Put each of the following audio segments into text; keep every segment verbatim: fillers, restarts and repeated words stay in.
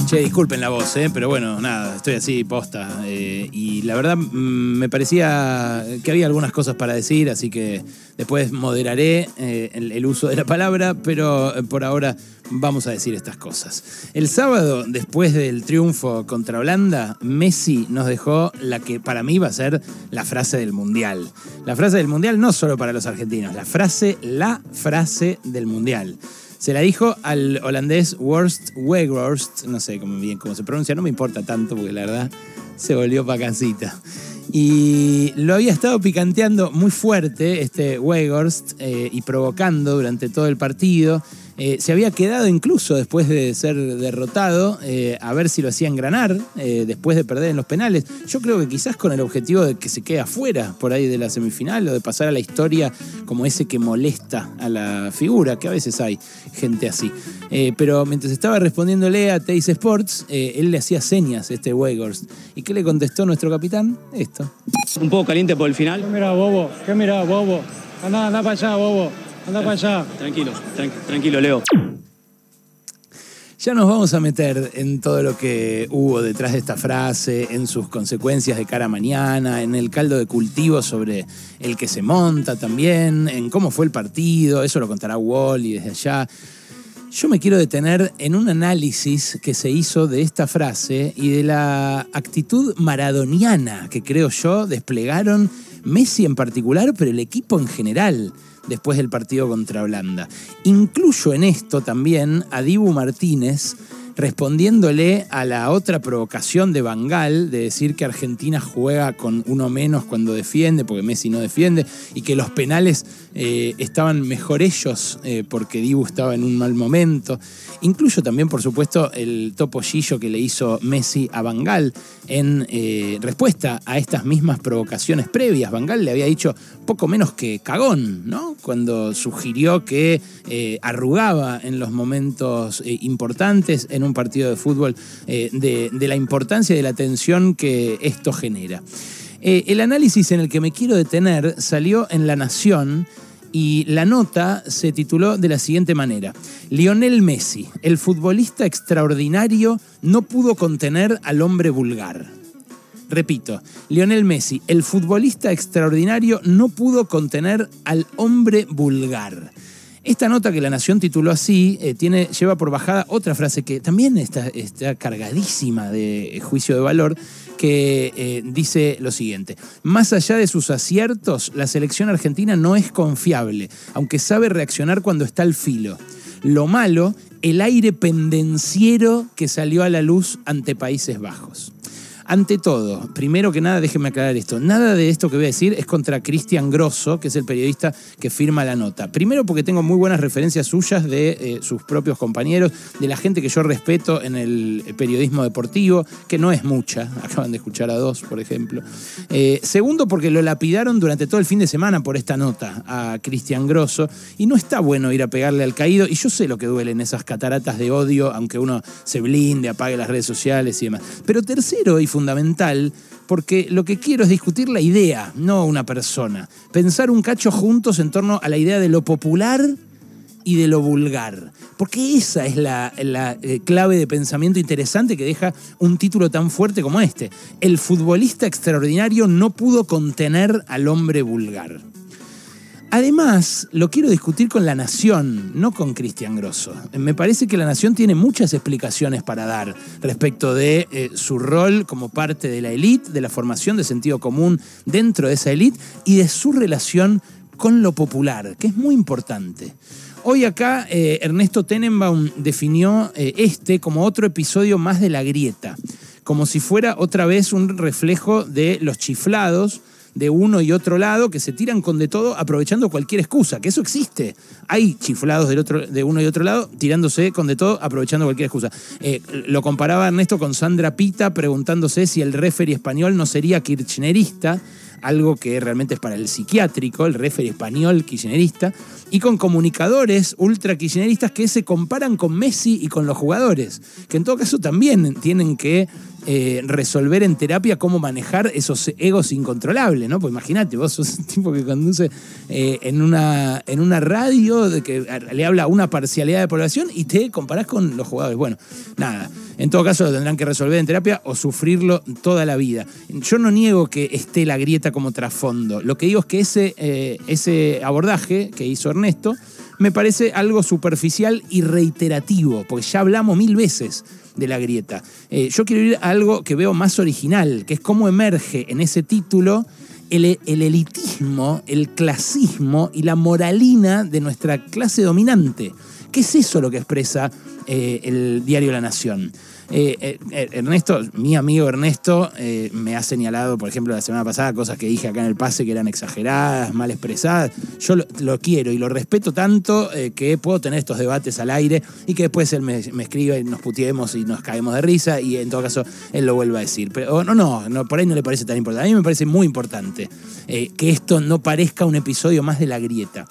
Che, disculpen la voz, ¿eh? Pero bueno, nada, estoy así, posta. Eh, y la verdad mmm, me parecía que había algunas cosas para decir, así que después moderaré eh, el, el uso de la palabra, pero eh, por ahora vamos a decir estas cosas. El sábado, después del triunfo contra Holanda, Messi nos dejó la que para mí va a ser la frase del Mundial. La frase del Mundial no solo para los argentinos, la frase, la frase del Mundial. Se la dijo al holandés Worst Weghorst, no sé cómo, bien cómo se pronuncia, no me importa tanto porque la verdad se volvió pa' casita. Y lo había estado picanteando muy fuerte este Weghorst eh, y provocando durante todo el partido. Eh, se había quedado incluso después de ser derrotado eh, a ver si lo hacía engranar eh, después de perder en los penales. Yo creo que quizás con el objetivo de que se quede afuera por ahí de la semifinal o de pasar a la historia como ese que molesta a la figura, que a veces hay gente así. Eh, pero mientras estaba respondiéndole a Teis Sports, eh, él le hacía señas, este Weghorst. ¿Y qué le contestó nuestro capitán? Esto. Un poco caliente por el final. ¿Qué mirá, bobo? ¿Qué mirá, bobo? Andá, andá para allá, bobo. Anda para allá. Tranquilo, tran- tranquilo, Leo. Ya nos vamos a meter en todo lo que hubo detrás de esta frase, en sus consecuencias de cara a mañana, en el caldo de cultivo sobre el que se monta también, en cómo fue el partido, eso lo contará Wally desde allá. Yo me quiero detener en un análisis que se hizo de esta frase y de la actitud maradoniana que creo yo desplegaron Messi en particular, pero el equipo en general, después del partido contra Holanda. Incluyo en esto también a Dibu Martínez respondiéndole a la otra provocación de Van Gaal de decir que Argentina juega con uno menos cuando defiende, porque Messi no defiende, y que los penales eh, estaban mejor ellos eh, porque Dibu estaba en un mal momento. Incluyo también, por supuesto, el topollillo que le hizo Messi a Van Gaal en eh, respuesta a estas mismas provocaciones previas. Van Gaal le había dicho poco menos que cagón, ¿no? Cuando sugirió que eh, arrugaba en los momentos eh, importantes en un partido de fútbol eh, de, de la importancia y de la tensión que esto genera. Eh, el análisis en el que me quiero detener salió en La Nación y la nota se tituló de la siguiente manera: Lionel Messi, el futbolista extraordinario, no pudo contener al hombre vulgar. Repito, Lionel Messi, el futbolista extraordinario, no pudo contener al hombre vulgar. Esta nota que La Nación tituló así eh, tiene, lleva por bajada otra frase que también está, está cargadísima de juicio de valor, que eh, dice lo siguiente: más allá de sus aciertos, la selección argentina no es confiable, aunque sabe reaccionar cuando está al filo. Lo malo, el aire pendenciero que salió a la luz ante Países Bajos. Ante todo, primero que nada, déjenme aclarar esto. Nada de esto que voy a decir es contra Cristian Grosso, que es el periodista que firma la nota. Primero porque tengo muy buenas referencias suyas de eh, sus propios compañeros, de la gente que yo respeto en el periodismo deportivo, que no es mucha. Acaban de escuchar a dos, por ejemplo. Eh, segundo, porque lo lapidaron durante todo el fin de semana por esta nota a Cristian Grosso, y no está bueno ir a pegarle al caído, y yo sé lo que duelen esas cataratas de odio, aunque uno se blinde, apague las redes sociales y demás. Pero tercero, y fundamental, porque lo que quiero es discutir la idea, no una persona. Pensar un cacho juntos en torno a la idea de lo popular y de lo vulgar. Porque esa es la, la eh, clave de pensamiento interesante que deja un título tan fuerte como este. El futbolista extraordinario no pudo contener al hombre vulgar. Además, lo quiero discutir con La Nación, no con Cristian Grosso. Me parece que La Nación tiene muchas explicaciones para dar respecto de eh, su rol como parte de la élite, de la formación de sentido común dentro de esa élite y de su relación con lo popular, que es muy importante. Hoy acá eh, Ernesto Tenenbaum definió eh, este como otro episodio más de La Grieta, como si fuera otra vez un reflejo de los chiflados de uno y otro lado que se tiran con de todo aprovechando cualquier excusa, que eso existe. Hay chiflados del otro, de uno y otro lado tirándose con de todo aprovechando cualquier excusa. Eh, lo comparaba Ernesto con Sandra Pita preguntándose si el referee español no sería kirchnerista, algo que realmente es para el psiquiátrico, el referee español kirchnerista, y con comunicadores ultra kirchneristas que se comparan con Messi y con los jugadores, que en todo caso también tienen que eh, resolver en terapia cómo manejar esos egos incontrolables, ¿no? Pues imagínate, vos sos un tipo que conduce eh, en, una, en una radio de que le habla a una parcialidad de población y te comparás con los jugadores. Bueno, nada. En todo caso, lo tendrán que resolver en terapia o sufrirlo toda la vida. Yo no niego que esté la grieta como trasfondo. Lo que digo es que ese, eh, ese abordaje que hizo Ernesto me parece algo superficial y reiterativo, porque ya hablamos mil veces de la grieta. Eh, yo quiero ir a algo que veo más original, que es cómo emerge en ese título el, el elitismo, el clasismo y la moralina de nuestra clase dominante. ¿Qué es eso lo que expresa eh, el diario La Nación? Eh, eh, Ernesto, mi amigo Ernesto, eh, me ha señalado, por ejemplo, la semana pasada, cosas que dije acá en el pase que eran exageradas, mal expresadas. Yo lo, lo quiero y lo respeto tanto eh, que puedo tener estos debates al aire y que después él me, me escriba y nos puteemos y nos caemos de risa y en todo caso él lo vuelva a decir. Pero no, no, no, por ahí no le parece tan importante. A mí me parece muy importante eh, que esto no parezca un episodio más de La Grieta.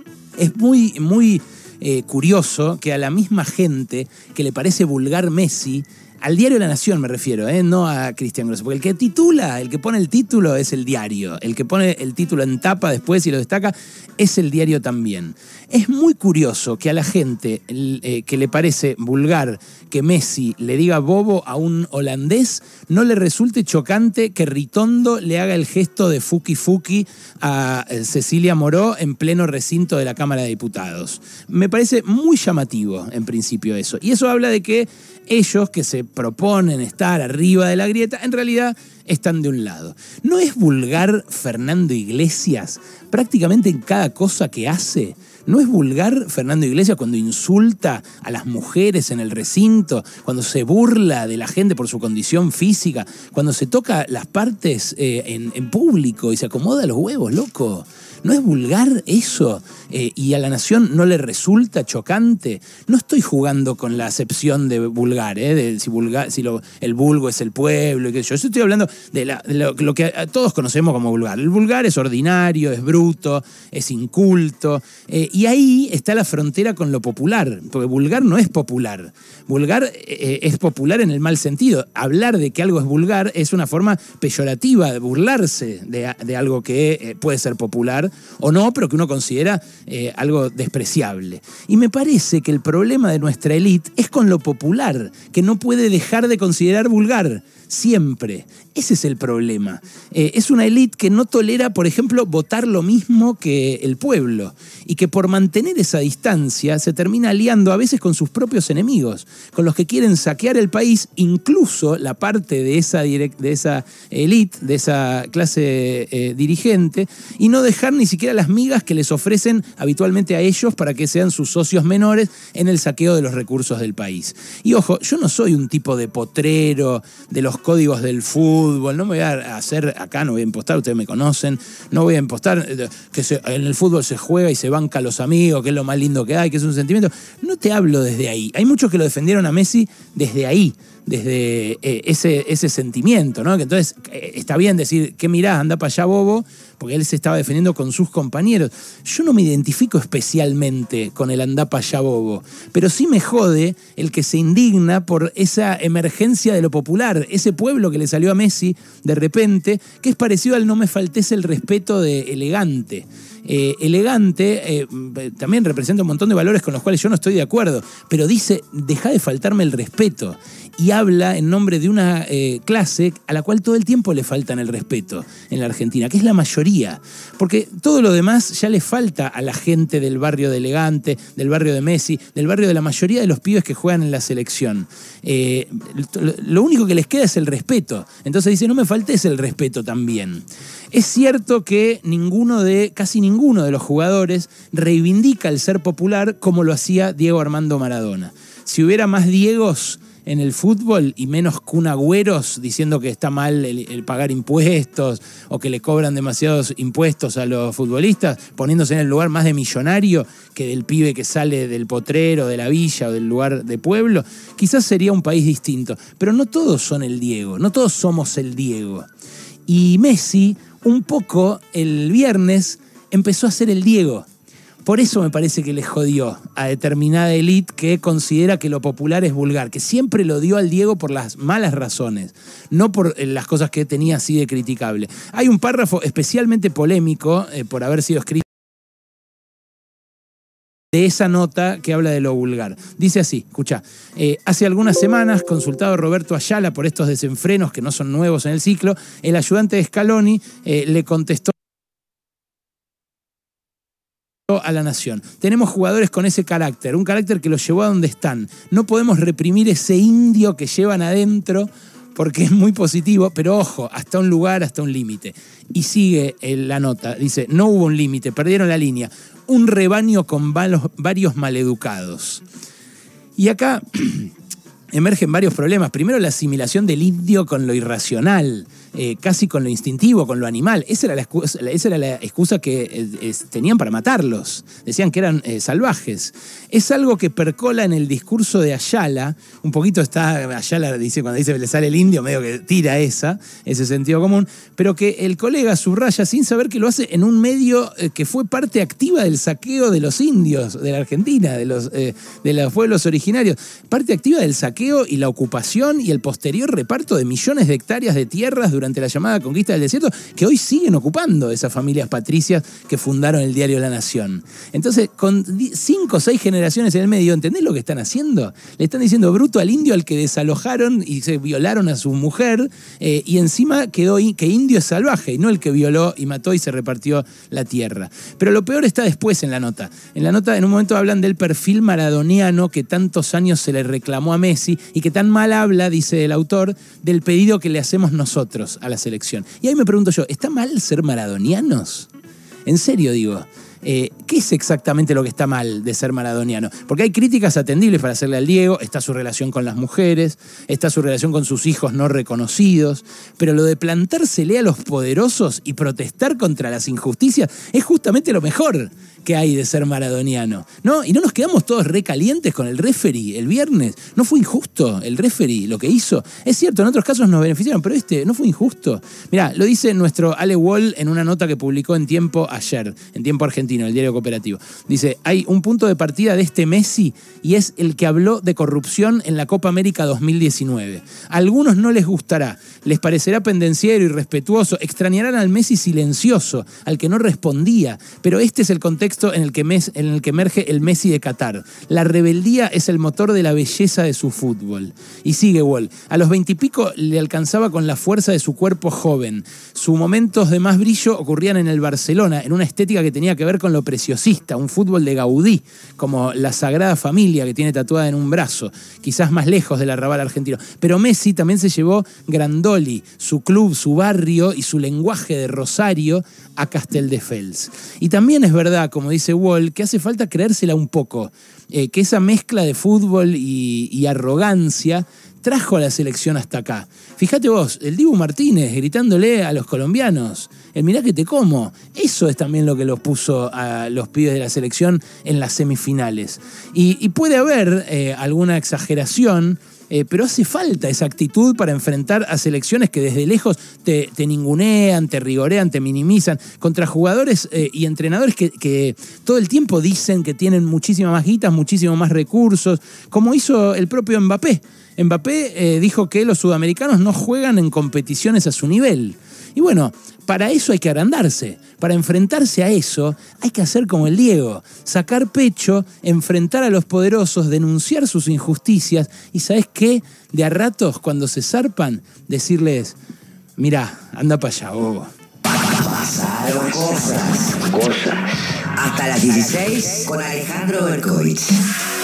Es muy, muy... Eh, curioso que a la misma gente que le parece vulgar Messi, al diario La Nación me refiero, eh, no a Cristian Grosso, porque el que titula, el que pone el título es el diario, el que pone el título en tapa después y lo destaca es el diario también. Es muy curioso que a la gente eh, que le parece vulgar que Messi le diga bobo a un holandés, no le resulte chocante que Ritondo le haga el gesto de fuki fuki a Cecilia Moró en pleno recinto de la Cámara de Diputados. Me parece muy llamativo en principio eso. Y eso habla de que ellos que se proponen estar arriba de la grieta, en realidad están de un lado. ¿No es vulgar Fernando Iglesias prácticamente en cada cosa que hace? ¿No es vulgar Fernando Iglesias cuando insulta a las mujeres en el recinto, cuando se burla de la gente por su condición física, cuando se toca las partes eh, en, en público y se acomoda los huevos, loco? ¿No es vulgar eso? Eh, ¿Y a La Nación no le resulta chocante? No estoy jugando con la acepción de vulgar, ¿eh? de si, vulgar, si lo, el vulgo es el pueblo. Y qué sé yo. Yo estoy hablando de, la, de lo, lo que todos conocemos como vulgar. El vulgar es ordinario, es bruto, es inculto. Eh, y ahí está la frontera con lo popular, porque vulgar no es popular. Vulgar eh, es popular en el mal sentido. Hablar de que algo es vulgar es una forma peyorativa de burlarse de, de algo que eh, puede ser popular o no, pero que uno considera eh, algo despreciable. Y me parece que el problema de nuestra élite es con lo popular, que no puede dejar de considerar vulgar, siempre. Ese es el problema. Eh, es una élite que no tolera, por ejemplo, votar lo mismo que el pueblo, y que por mantener esa distancia se termina aliando a veces con sus propios enemigos, con los que quieren saquear el país, incluso la parte de esa, direct, de esa élite, de esa clase eh, dirigente, y no dejar ni siquiera las migas que les ofrecen habitualmente a ellos para que sean sus socios menores en el saqueo de los recursos del país. Y ojo, yo no soy un tipo de potrero de los códigos del fútbol, no me voy a hacer, acá no voy a impostar, ustedes me conocen, no voy a impostar que se, en el fútbol se juega y se banca a los amigos, que es lo más lindo que hay, que es un sentimiento. No te hablo desde ahí. Hay muchos que lo defendieron a Messi desde ahí, desde eh, ese, ese sentimiento, ¿no? Que entonces eh, está bien decir, ¿qué mirás? Anda para allá, bobo, porque él se estaba defendiendo con sus compañeros. Yo no me identifico especialmente con el andá para allá, bobo, pero sí me jode el que se indigna por esa emergencia de lo popular, ese pueblo que le salió a Messi de repente, que es parecido al no me faltes el respeto de elegante. Eh, elegante eh, también representa un montón de valores con los cuales yo no estoy de acuerdo, pero dice, deja de faltarme el respeto, y habla en nombre de una eh, clase a la cual todo el tiempo le faltan el respeto en la Argentina, que es la mayoría, porque todo lo demás ya le falta a la gente del barrio de Elegante, del barrio de Messi, del barrio de la mayoría de los pibes que juegan en la selección. Eh, lo único que les queda es el respeto. Entonces dice, no me faltes el respeto también. Es cierto que ninguno de, casi ninguno de los jugadores reivindica el ser popular como lo hacía Diego Armando Maradona. Si hubiera más Diegos en el fútbol y menos Kun Agüeros diciendo que está mal el, el pagar impuestos o que le cobran demasiados impuestos a los futbolistas, poniéndose en el lugar más de millonario que del pibe que sale del potrero, de la villa o del lugar de pueblo, quizás sería un país distinto. Pero no todos son el Diego, no todos somos el Diego. Y Messi, un poco el viernes, empezó a ser el Diego. Por eso me parece que le jodió a determinada élite que considera que lo popular es vulgar, que siempre lo dio al Diego por las malas razones, no por las cosas que tenía así de criticable. Hay un párrafo especialmente polémico eh, por haber sido escrito de esa nota que habla de lo vulgar. Dice así, escucha, eh, hace algunas semanas, consultado Roberto Ayala por estos desenfrenos que no son nuevos en el ciclo, el ayudante de Scaloni eh, le contestó a La Nación. Tenemos jugadores con ese carácter, un carácter que los llevó a donde están. No podemos reprimir ese indio que llevan adentro porque es muy positivo, pero ojo, hasta un lugar, hasta un límite. Y sigue la nota, dice, no hubo un límite, perdieron la línea. Un rebaño con varios maleducados. Y acá emergen varios problemas. Primero, la asimilación del indio con lo irracional, eh, casi con lo instintivo, con lo animal. Esa era la excusa, esa era la excusa que eh, eh, tenían para matarlos. Decían que eran eh, salvajes. Es algo que percola en el discurso de Ayala. Un poquito está, Ayala dice, cuando dice que le sale el indio, medio que tira esa, ese sentido común, pero que el colega subraya sin saber que lo hace en un medio eh, que fue parte activa del saqueo de los indios de la Argentina, de los, eh, de los pueblos originarios. Parte activa del saqueo y la ocupación y el posterior reparto de millones de hectáreas de tierras durante la llamada conquista del desierto, que hoy siguen ocupando esas familias patricias que fundaron el diario La Nación. Entonces, con cinco o seis generaciones en el medio, ¿entendés lo que están haciendo? Le están diciendo bruto al indio al que desalojaron y se violaron a su mujer, eh, y encima quedó que indio es salvaje, y no el que violó y mató y se repartió la tierra. Pero lo peor está después en la nota. En la nota, en un momento hablan del perfil maradoniano que tantos años se le reclamó a Messi y que tan mal habla, dice el autor, del pedido que le hacemos nosotros a la selección. Y ahí me pregunto yo, ¿está mal ser maradonianos? En serio digo, eh, ¿qué es exactamente lo que está mal de ser maradoniano? Porque hay críticas atendibles para hacerle al Diego, está su relación con las mujeres, está su relación con sus hijos no reconocidos, pero lo de plantársele a los poderosos y protestar contra las injusticias es justamente lo mejor que hay de ser maradoniano, ¿no? Y no nos quedamos todos recalientes con el referee el viernes. ¿No fue injusto el referee lo que hizo? Es cierto, en otros casos nos beneficiaron, pero este no fue injusto. Mirá, lo dice nuestro Ale Wall en una nota que publicó en Tiempo ayer, en Tiempo Argentino, el diario cooperativo. Dice, hay un punto de partida de este Messi y es el que habló de corrupción en la Copa América dos mil diecinueve. A algunos no les gustará, les parecerá pendenciero, irrespetuoso, extrañarán al Messi silencioso, al que no respondía, pero este es el contexto en el, que mes, en el que emerge el Messi de Qatar. La rebeldía es el motor de la belleza de su fútbol. Y sigue Wall. A los veintipico le alcanzaba con la fuerza de su cuerpo joven. Sus momentos de más brillo ocurrían en el Barcelona, en una estética que tenía que ver con lo preciosista, un fútbol de Gaudí, como la Sagrada Familia que tiene tatuada en un brazo, quizás más lejos del arrabal argentino. Pero Messi también se llevó Grandoli, su club, su barrio y su lenguaje de Rosario a Casteldefels. Y también es verdad, como dice Wall, que hace falta creérsela un poco, eh, que esa mezcla de fútbol y, y arrogancia trajo a la selección hasta acá. Fíjate vos, el Dibu Martínez gritándole a los colombianos, el mirá que te como, eso es también lo que los puso a los pibes de la selección en las semifinales. Y, y puede haber eh, alguna exageración, Eh, pero hace falta esa actitud para enfrentar a selecciones que desde lejos te, te ningunean, te rigorean, te minimizan, contra jugadores eh, y entrenadores que, que todo el tiempo dicen que tienen muchísimas más guitas, muchísimos más recursos, como hizo el propio Mbappé. Mbappé eh, dijo que los sudamericanos no juegan en competiciones a su nivel. Y bueno, para eso hay que agrandarse. Para enfrentarse a eso hay que hacer como el Diego, sacar pecho, enfrentar a los poderosos, denunciar sus injusticias y ¿sabés qué? De a ratos, cuando se zarpan, decirles, mirá, anda para allá, bobo. Pasaron cosas. Cosas. Hasta las dieciséis con Alejandro Berkovich.